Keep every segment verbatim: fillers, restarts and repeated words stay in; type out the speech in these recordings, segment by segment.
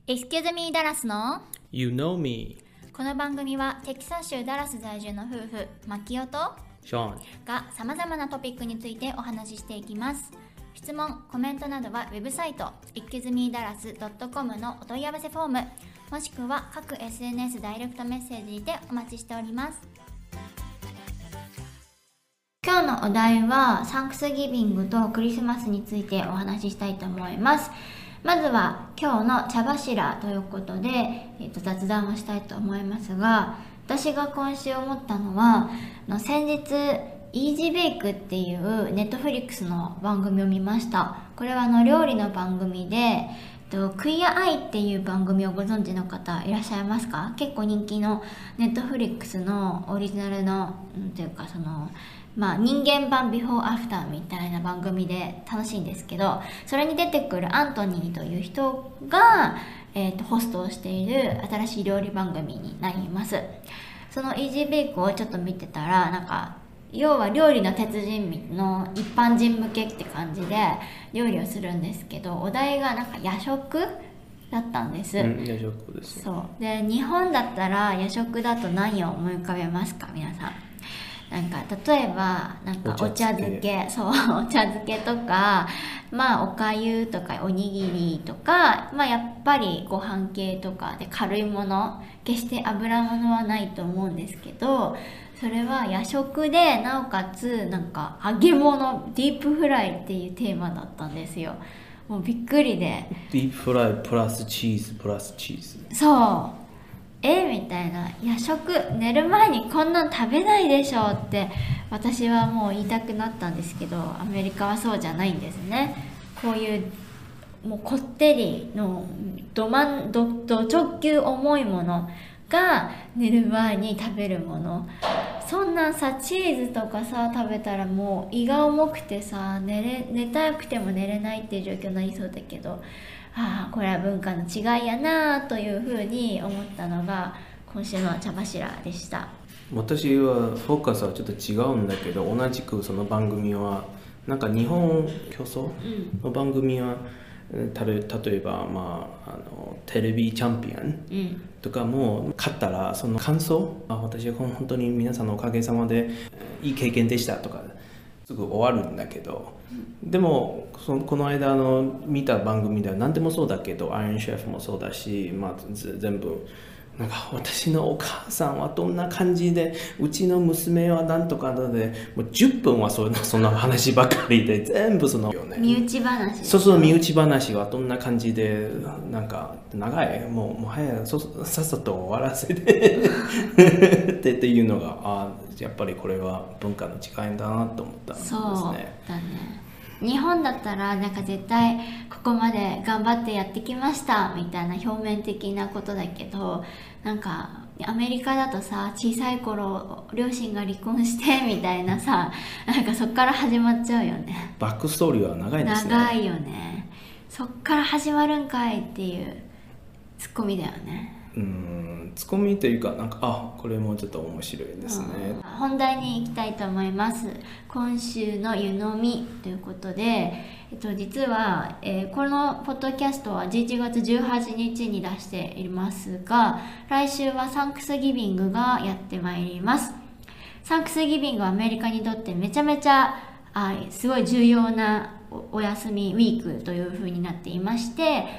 Excuse me ダラスの You know me この番組はテキサス州ダラス在住の夫婦マキオと Sean がさまざまなトピックについてお話ししていきます。質問、コメントなどはウェブサイト エクキューズミーダラスドットコム のお問い合わせフォームもしくは各 エスエヌエス ダイレクトメッセージにてお待ちしております。今日のお題はサンクスギビングとクリスマスについてお話ししたいと思います。まずは今日の茶柱ということで、えー、と雑談をしたいと思いますが、私が今週思ったのはの先日イージーベイクっていうネットフリックスの番組を見ました。これはあの料理の番組で、とクイアアイっていう番組をご存知の方いらっしゃいますか？結構人気のネットフリックスのオリジナルの、うん、というかそのまあ人間版ビフォーアフターみたいな番組で楽しいんですけど、それに出てくるアントニーという人が、えー、とホストをしている新しい料理番組になります。そのイージーベイクをちょっと見てたら、なんか要は料理の鉄人の一般人向けって感じで料理をするんですけど、お題がなんか夜食だったんです、 うん、夜食です、ね、 そうで、日本だったら夜食だと何を思い浮かべますか皆さん？なんか例えばなんかお茶漬け、そうお茶漬けとか、まあおかゆとかおにぎりとか、まあやっぱりご飯系とかで軽いもの、決して油物はないと思うんですけど、それは夜食でなおかつなんか揚げ物、ディープフライっていうテーマだったんですよ。もうびっくりで、 ディープフライプラスチーズプラスチーズ、 そうえみたいな、夜食寝る前にこんなん食べないでしょって私はもう言いたくなったんですけど、アメリカはそうじゃないんですね。こういうもうこってりのどまんどど直球重いものが寝る前に食べるもの、そんなんさチーズとかさ食べたらもう胃が重くてさ寝れ寝たくても寝れないっていう状況になりそうだけど、ああこれは文化の違いやなというふうに思ったのが今週の茶柱でした。 私はフォーカスはちょっと違うんだけど、同じくその番組はなんか日本競争の番組は、うん、た例えば、まあ、あのテレビチャンピオンとかも勝ったらその感想、あ私は本当に皆さんのおかげさまでいい経験でしたとかすぐ終わるんだけど、でもそのこの間の見た番組では何でもそうだけど、アイアンシェフもそうだし、まあ、全部なんか私のお母さんはどんな感じで、うちの娘はなんとかなので、もうじゅっぷんはそのその話ばかりで全部その、ね、 身内話、 そうそう身内話はどんな感じで、なんか長い、もうもはやそさっさと終わらせてってっていうのが、あやっぱりこれは文化の違いだなと思ったんですね。 そうだね。日本だったらなんか絶対ここまで頑張ってやってきましたみたいな表面的なことだけど、なんかアメリカだとさ、小さい頃両親が離婚してみたいなさ、なんかそっから始まっちゃうよね。 バックストーリーは長いですね。 長いよね。そっから始まるんかいっていうツッコミだよね。 うーんツッコミというか、なんかあこれもちょっと面白いですね。 本題に行きたいと思います。今週の湯飲みということで、えっと、実は、えー、このポッドキャストはじゅういちがつじゅうはちにちに出していますが、来週はサンクスギビングがやってまいります。サンクスギビングはアメリカにとってめちゃめちゃあすごい重要な お, お休みウィークという風になっていまして、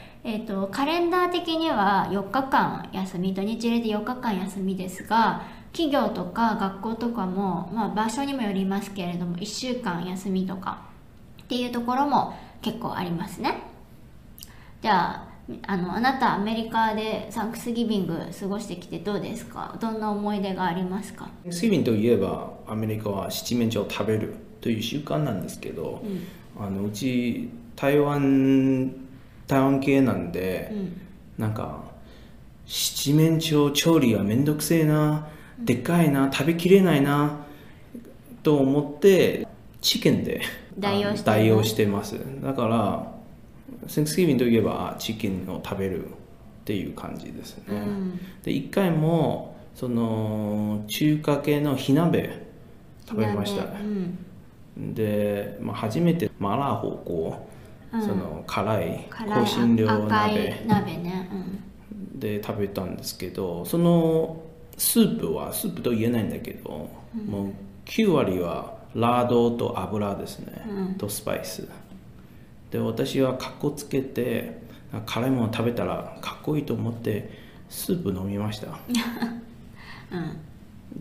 えーと、カレンダー的にはよっかかん休み、土日入れてよっかかん休みですが、企業とか学校とかも、まあ、場所にもよりますけれどもいっしゅうかん休みとかっていうところも結構ありますね。じゃあ、あの、あなたアメリカでサンクスギビング過ごしてきてどうですか？どんな思い出がありますか？ サンクスギビングといえばアメリカは七面鳥を食べるという習慣なんですけど、うん、あのうち台湾台湾系なんで、うん、なんか七面鳥調理はめんどくせえな、でっかいな、食べきれないなと思ってチキンで代用して、 代用してます。だからサンクスギビングといえばチキンを食べるっていう感じですね、うん、で一回もその中華系の火鍋食べました、うん、で、まあ、初めて麻辣火鍋、うん、その辛い香辛料鍋、 鍋ね、うん、 で食べたんですけど、そのスープはスープと言えないんだけど、うん、もうきゅう割はラードと油ですね、うん、とスパイスで、私はかっこつけて辛いもの食べたらかっこいいと思ってスープ飲みました、うん、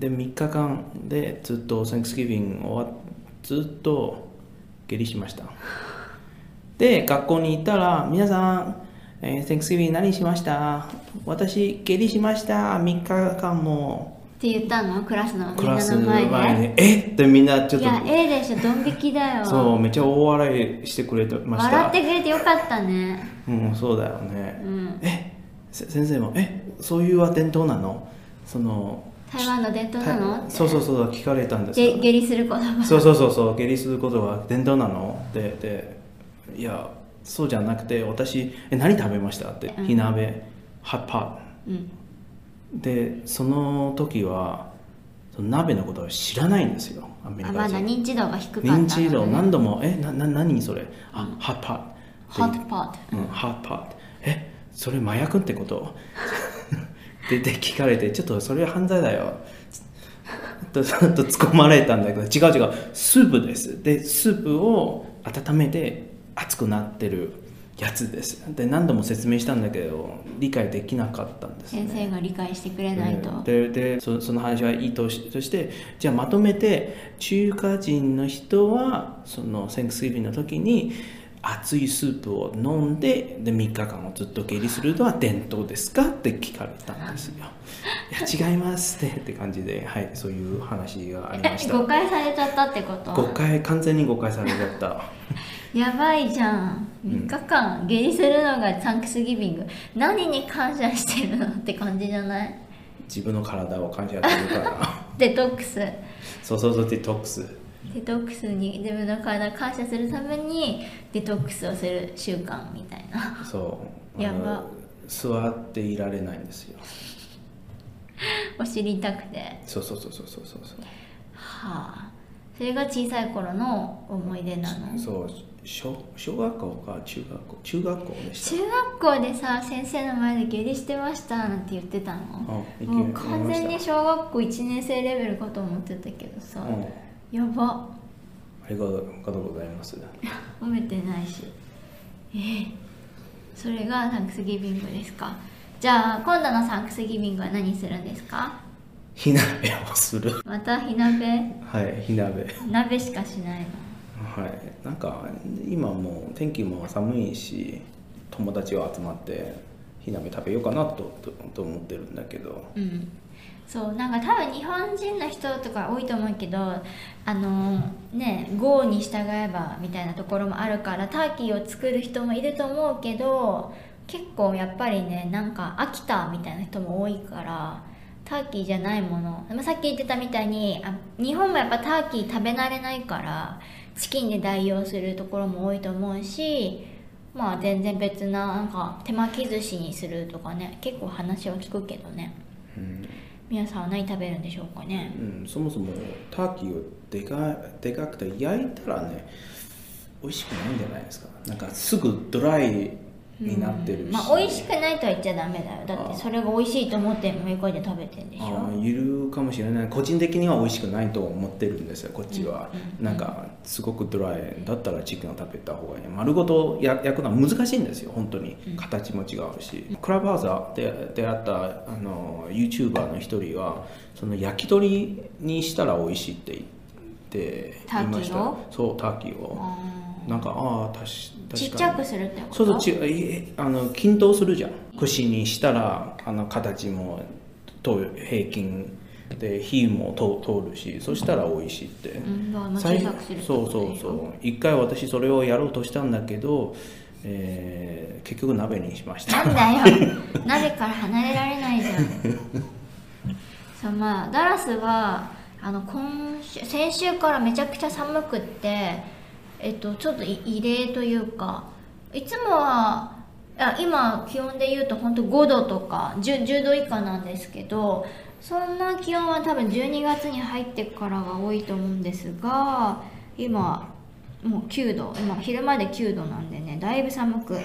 でみっかかんでずっと Thanksgiving 終わっずっと下痢しましたで学校に行ったら皆さん、えー、Thanksgiving 何しました？私下痢しました、みっかかんもって言ったの？クラスのみんなの前で。前にえってみんなちょっと、 いや A でしょ、ドン引きだよ。 そうめっちゃ大笑いしてくれてました。 笑ってくれてよかったね。 うん、そうだよね、うん、え先生もえそういうは伝統なの？その台湾の伝統なの？ そうそうそう聞かれたんです。 下痢することはそうそうそうそう下痢することは伝統なの？ででいやそうじゃなくて私え何食べましたって、うん、火鍋ハッパー、うんでその時はその鍋のことを知らないんですよ、アメリカ人。 あまだ認知度が低かったの、ね、 認知度何度も「えなな何それ?」あ、うん、ハッパーハッパーうんハッパーえそれ麻薬ってことでで聞かれてちょっとそれは犯罪だよと突っ込まれたんだけど、違う違うスープですでスープを温めて熱くなってるやつですで何度も説明したんだけど理解できなかったんです、ね、 先生が理解してくれないと。 でで そ, その話はいいと し, としてじゃあまとめて中華人の人はその Thanksgiving の時に熱いスープを飲んででみっかかんもずっと下痢するのは伝統ですかって聞かれたんですよいや違いますってって感じで、はい、そういう話がありました。 誤解されちゃったってこと？ 誤解完全に誤解されちゃったやばいじゃん、みっかかん下痢するのがサンクスギビング、何に感謝してるのって感じじゃない？ 自分の体を感謝してるからデトックスそうそうそうデトックスデトックスに自分の体を感謝するためにデトックスをする習慣みたいな。 そうやば座っていられないんですよお尻痛くて。 そうそうそうそうそうそうはあ、それが小さい頃の思い出なの？ そう小, 小学校か中学校中学校でした。 中学校でさ先生の前で下痢してましたなんて言ってたの？もう完全に小学校いちねん生レベルかと思ってたけどさ、うん、やば。 ありがとうございます褒めてないし。えー、それがサンクスギビングですか？じゃあ今度のサンクスギビングは何するんですか？ 火鍋をする。 また火鍋？ はい火鍋。 鍋しかしないの。 はい、なんか今もう天気も寒いし友達が集まって火鍋食べようかな と, と, と思ってるんだけど、 うん、そうなんか多分日本人の人とか多いと思うけどあのね豪に従えばみたいなところもあるからターキーを作る人もいると思うけど結構やっぱりねなんか飽きたみたいな人も多いからターキーじゃないもの、さっき言ってたみたいにあ日本もやっぱターキー食べ慣れないからチキンで代用するところも多いと思うし、まあ全然別ななんか手巻き寿司にするとかね結構話は聞くけどね、うん、皆さんは何食べるんでしょうかね、 うん、そもそもターキーをでかでかくて焼いたらね美味しくないんじゃないですか。なんかすぐドライになってるし、うん、 まあ美味しくないとは言っちゃダメだよ。だってそれが美味しいと思って向こうで食べてんでしょ。 あいるかもしれない。個人的には美味しくないと思ってるんですよこっちは、うんうん、なんかすごくドライだったらチキンを食べた方がいい。丸ごと焼くのは難しいんですよ本当に。形も違うし、うん、クラブハウザーで出会ったあの YouTuber の一人はその焼き鳥にしたら美味しいって言って言いました。そうターキーをなんかああ確かにちっちゃくするってこと？ そうそうちあの均等するじゃん。串にしたらあの形もと平均で火も通るしそしたら美味しいって、うん、 まあ、小さくするってことそうそうそう一回私それをやろうとしたんだけど、えー、結局鍋にしました。 なんだよ鍋から離れられないじゃんそうまあダラスはあの今週先週からめちゃくちゃ寒くってえっと、ちょっと異例というかいつもはあ今気温で言うと本当ごどとか 10, じゅうど以下なんですけどそんな気温は多分じゅうにがつに入ってからが多いと思うんですが今もうきゅうど今昼まできゅうどなんでねだいぶ寒く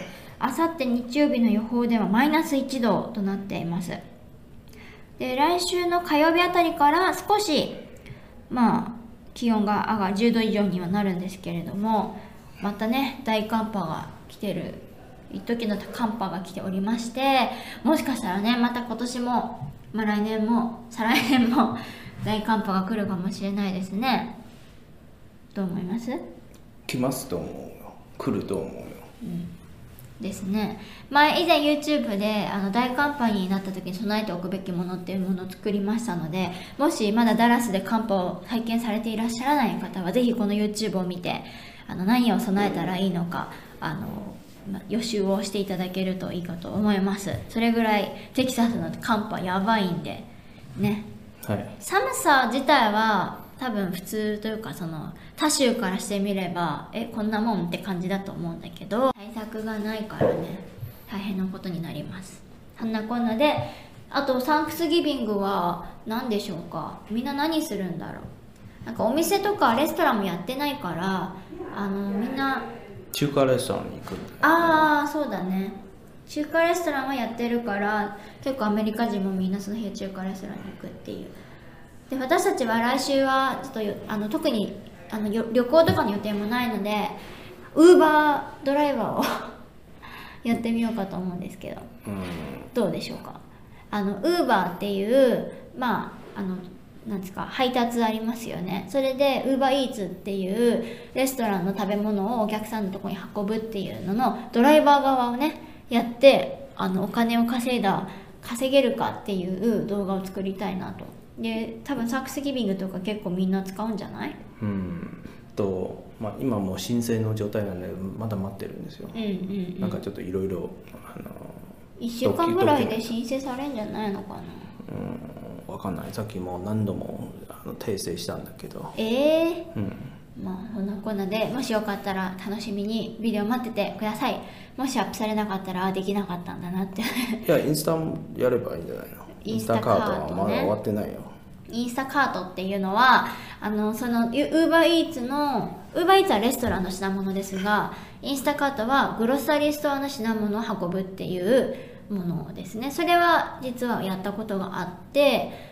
あさって日曜日の予報ではマイナスいちどとなっています。で、来週の火曜日あたりから少しまあ気温が上がるじゅうど以上にはなるんですけれども、またね大寒波が来てる、一時の寒波が来ておりまして、もしかしたらねまた今年も、まあ、来年も再来年も大寒波が来るかもしれないですね。どう思います？ 来ますと思うよ。来ると思うよ。 うんですね。前以前 YouTube であの大寒波になった時に備えておくべきものっていうものを作りましたので、もしまだダラスで寒波を体験されていらっしゃらない方はぜひこの YouTube を見て、あの何を備えたらいいのかあの、ま、予習をしていただけるといいかと思います。それぐらいテキサスの寒波やばいんでね、 はい、 寒さ自体は多分普通というか、その他州からしてみればえこんなもんって感じだと思うんだけど、対策がないからね大変なことになります。そんなこんなで、あとサンクスギビングは何でしょうか。みんな何するんだろう。なんかお店とかレストランもやってないから、あのみんな中華レストランに行くんだよね。 ああそうだね、中華レストランはやってるから、結構アメリカ人もみんなその日は中華レストランに行くっていう。で、私たちは来週はちょっとあの特にあの旅行とかの予定もないので、ウーバードライバーをやってみようかと思うんですけど、 うん、 どうでしょうか。あのウーバーっていうまああのなんですか配達ありますよね。それでウーバーイーツっていうレストランの食べ物をお客さんのところに運ぶっていうののドライバー側をねやって、あのお金を稼いだ稼げるかっていう動画を作りたいなと。で、多分サンクスギビングとか結構みんな使うんじゃない？ うんと、まあ、今もう申請の状態なんでまだ待ってるんですよ。 うんうん、うん、 なんかちょっといろいろいっしゅうかんぐらいで申請されるんじゃないのかな。 うん、わかんない。さっきも何度もあの訂正したんだけど。 ええー、 うん、 まあそんなこんなで、もしよかったら楽しみにビデオ待っててください。もしアップされなかったらできなかったんだなっていや、インスタもやればいいんじゃないの。インスタカートはまだ終わってないよ。 インスタカートっていうのはあのそのウーバーイーツのウーバーイーツはレストランの品物ですが、インスタカートはグロッサリーストアの品物を運ぶっていうものですね。それは実はやったことがあって、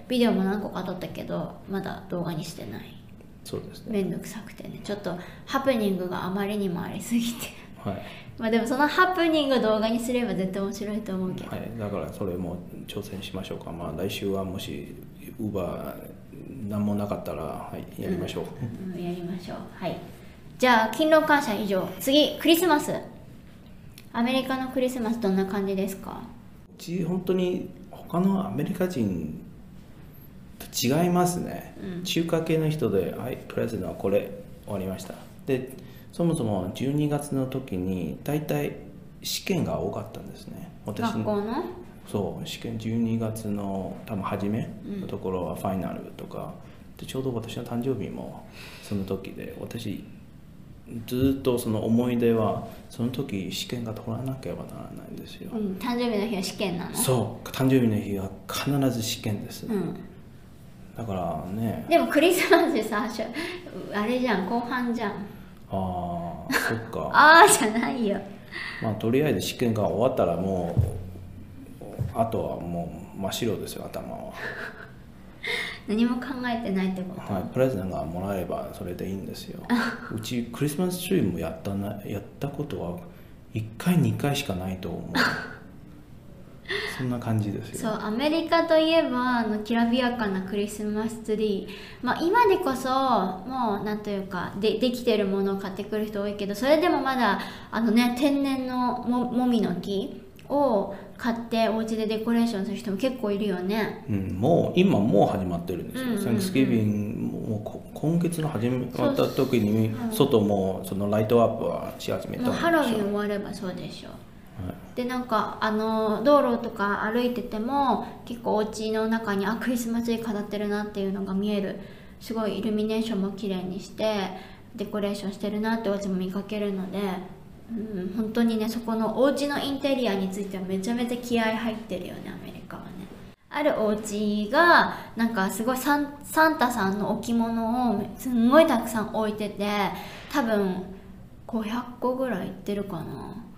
ビデオも何個か撮ったけどまだ動画にしてない。 そうですね。 めんどくさくてね、ちょっとハプニングがあまりにもありすぎてはい、 まあでもそのハプニングを動画にすれば絶対面白いと思うけど、 はい、だからそれも挑戦しましょうか。まあ来週はもしウーバー何もなかったら、はい、やりましょう、 うんうん、やりましょう。はい、じゃあ勤労感謝以上。次、クリスマス。アメリカのクリスマスどんな感じですか？ うち本当に他のアメリカ人と違いますね、うん、中華系の人で、はい、プレゼントはこれ終わりました。でそもそもじゅうにがつの時に大体試験が多かったんですね。私学校のそう試験じゅうにがつの多分初めのところはファイナルとか、うん、でちょうど私の誕生日もその時で、私ずっとその思い出はその時試験が取らなければならないんですよ、 うん、誕生日の日は試験なの？ そう誕生日の日は必ず試験です、うん、だからね。 でもクリスマスでさあれじゃん、後半じゃん。 ああそっかああじゃないよ。 まあとりあえず試験が終わったらもうあとはもう真っ白ですよ、頭は何も考えてないってこと？ はい、プレゼントがもらえばそれでいいんですようちクリスマスツリーもやったなやったことはいっかいにかいしかないと思うそんな感じですよ。 そう、アメリカといえばあのきらびやかなクリスマスツリー、まあ、今でこそもうなんというかでできてるものを買ってくる人多いけど、それでもまだあの、ね、天然のももみの木を買ってお家でデコレーションする人も結構いるよね、 うん、もう今もう始まってるんですよ。サンクスギビングも今月の始まった時に外もそのライトアップはし始めたんですよ。 ハロウィン終わればそうでしょ。でなんかあの道路とか歩いてても結構お家の中にあクリスマスツリー飾ってるなっていうのが見える。すごいイルミネーションも綺麗にしてデコレーションしてるなってお家も見かけるので、うん、本当にねそこのお家のインテリアについてはめちゃめちゃ気合い入ってるよね、アメリカはね。あるお家がなんかすごいサン、サンタさんの置物をすんごいたくさん置いてて、多分ごひゃっこぐらいいってるかな。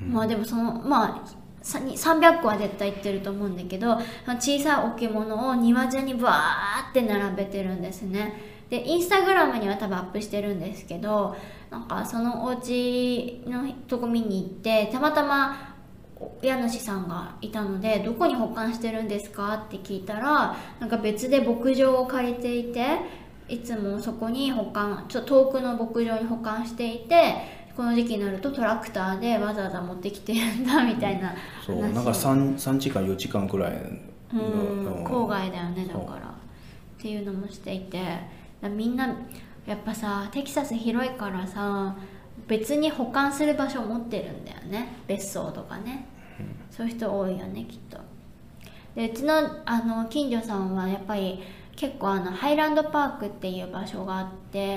うん、まあでもそのまあさんびゃっこは絶対行ってると思うんだけど、小さい置物を庭中にバーって並べてるんですね。でインスタグラムには多分アップしてるんですけど、なんかそのお家のとこ見に行って、たまたま家主さんがいたので、どこに保管してるんですかって聞いたら、なんか別で牧場を借りていて、いつもそこに保管、ちょっと遠くの牧場に保管していて、この時期になるとトラクターでわざわざ持ってきてるんだみたいな話。 そうなんか 3, 3時間よじかんくらいの、うん、郊外だよね。だからっていうのもしていて、みんなやっぱさテキサス広いからさ、別に保管する場所を持ってるんだよね、別荘とかね、うん、そういう人多いよねきっと。でうちのあの近所さんはやっぱり結構あのハイランドパークっていう場所があって、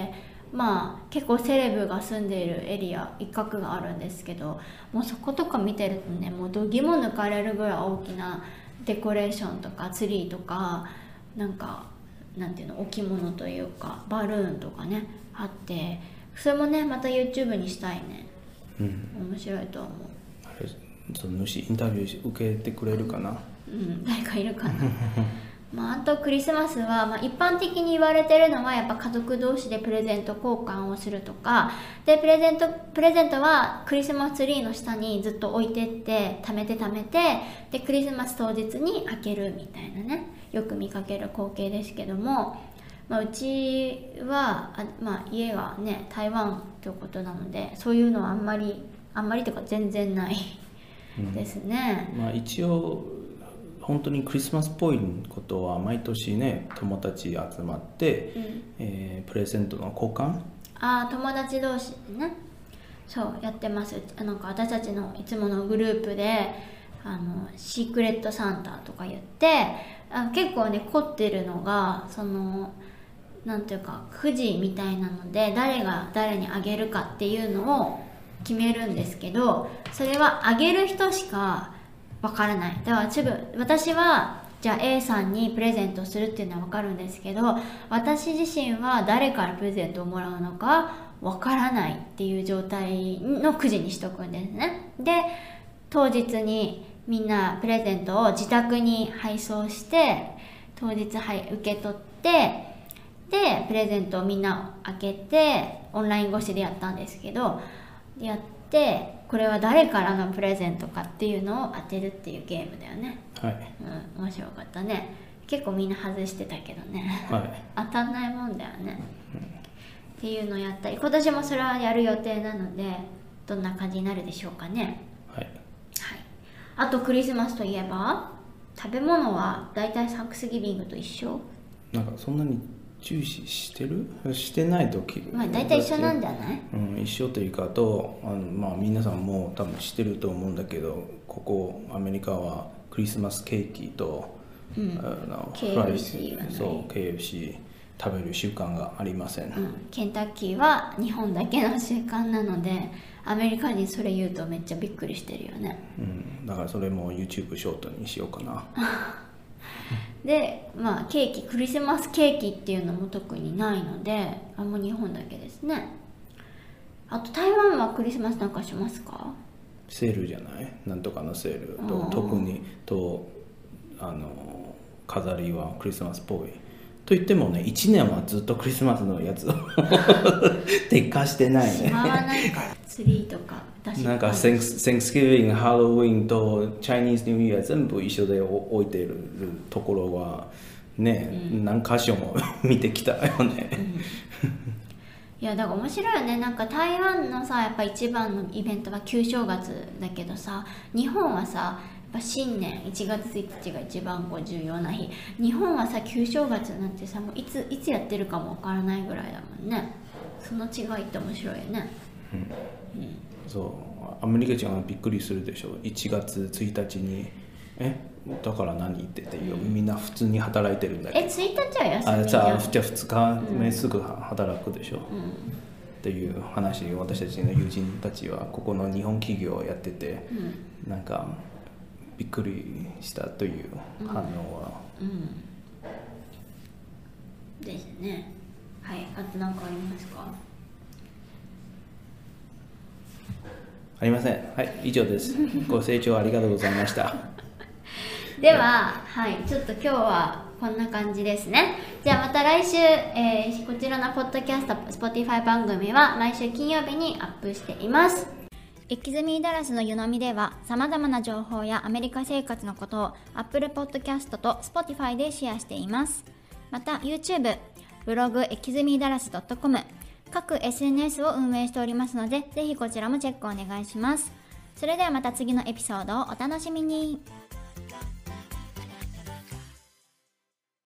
まあ結構セレブが住んでいるエリア一角があるんですけど、もうそことか見てるとね、もうどぎも抜かれるぐらい大きなデコレーションとかツリーとか、なんかなんていうの、置物というかバルーンとかねあって、それもねまた YouTube にしたいね、うん、面白いと思う。 あれその主インタビュー受けてくれるかな、 うん、誰かいるかなまあ、あとクリスマスは、まあ、一般的に言われてるのはやっぱ家族同士でプレゼント交換をするとかで、プレゼントプレゼントはクリスマスツリーの下にずっと置いてって貯めて貯めて、でクリスマス当日に開けるみたいなね、よく見かける光景ですけども、まあ、うちはあ、まあ、家がね台湾ということなので、そういうのはあんまりあんまりというか全然ないですね、 うん、まあ一応本当にクリスマスっぽいことは毎年ね友達集まって、うん、えー、プレゼントの交換、 ああ友達同士でね、そうやってます。なんか私たちのいつものグループであのシークレットサンタとか言って、あ結構ね凝ってるのが、そのなんていうかくじみたいなので誰が誰にあげるかっていうのを決めるんですけど、それはあげる人しかわからない。だから私はじゃあ A さんにプレゼントするっていうのはわかるんですけど、私自身は誰からプレゼントをもらうのかわからないっていう状態のくじにしとくんですね。で当日にみんなプレゼントを自宅に配送して、当日受け取って、でプレゼントをみんな開けてオンライン越しでやったんですけど、やってこれは誰からのプレゼントかっていうのを当てるっていうゲームだよね。 はい、 うん、面白かったね。結構みんな外してたけどね、 はい、 当たんないもんだよね、うん、っていうのをやったり、今年もそれはやる予定なのでどんな感じになるでしょうかね。 はい、はい、 あとクリスマスといえば食べ物はだいたいサンクスギビングと一緒？ なんかそんなに重視してるしてない時、 まあ大体一緒なんじゃない？ うん、一緒というか、とあの、まあ、皆さんも多分知ってると思うんだけど、ここアメリカはクリスマスケーキと、 うん、 あのケーエフシー がない。 そう ケーエフシー 食べる習慣がありません、 うん、ケンタッキーは日本だけの習慣なので、アメリカ人それ言うとめっちゃびっくりしてるよね、 うん、だからそれも YouTube ショートにしようかなでまあケーキ、クリスマスケーキっていうのも特にないので、あもう日本だけですね。あと台湾はクリスマスなんかしますか？ セールじゃない、なんとかのセールと、特にとあの飾りはクリスマスっぽいと言ってもね、いちねんはずっとクリスマスのやつを撤回してないね。 しまわないからツリーとかなんか Thanksgiving、ハロウィンと Chinese New Year 全部一緒で置いてるところはね、うん、何箇所も見てきたよね、うん、 いやだから面白いよね。なんか台湾のさやっぱ一番のイベントは旧正月だけどさ、日本はさやっぱ新年いちがつついたちが一番こう重要な日。日本はさ旧正月なんてさもういついつやってるかもわからないぐらいだもんね。その違いって面白いよね、 うんうん、そうアメリカ人はびっくりするでしょ。いちがつついたちにえだから何って言って、うん、みんな普通に働いてるんだけど、 えついたちは休みじゃん。 あじゃあじゃあふつかめすぐ働くでしょ、うん、っていう話を私たちの友人たちはここの日本企業をやってて、うん、なんかびっくりしたという反応は、 うんうん、ですね。はい、あと何かありますか？ ありません。はい、以上です。ご清聴ありがとうございました。 では、はい、ちょっと今日はこんな感じですね。じゃあまた来週、えー、こちらのポッドキャスト Spotify 番組は毎週金曜日にアップしています。エキズミーダラスの湯飲みでは様々な情報やアメリカ生活のことを Apple Podcast と Spotify でシェアしています。また YouTube、ブログエキズミーダラス .com、各 エスエヌエス を運営しておりますので、ぜひこちらもチェックお願いします。それではまた次のエピソードをお楽しみに。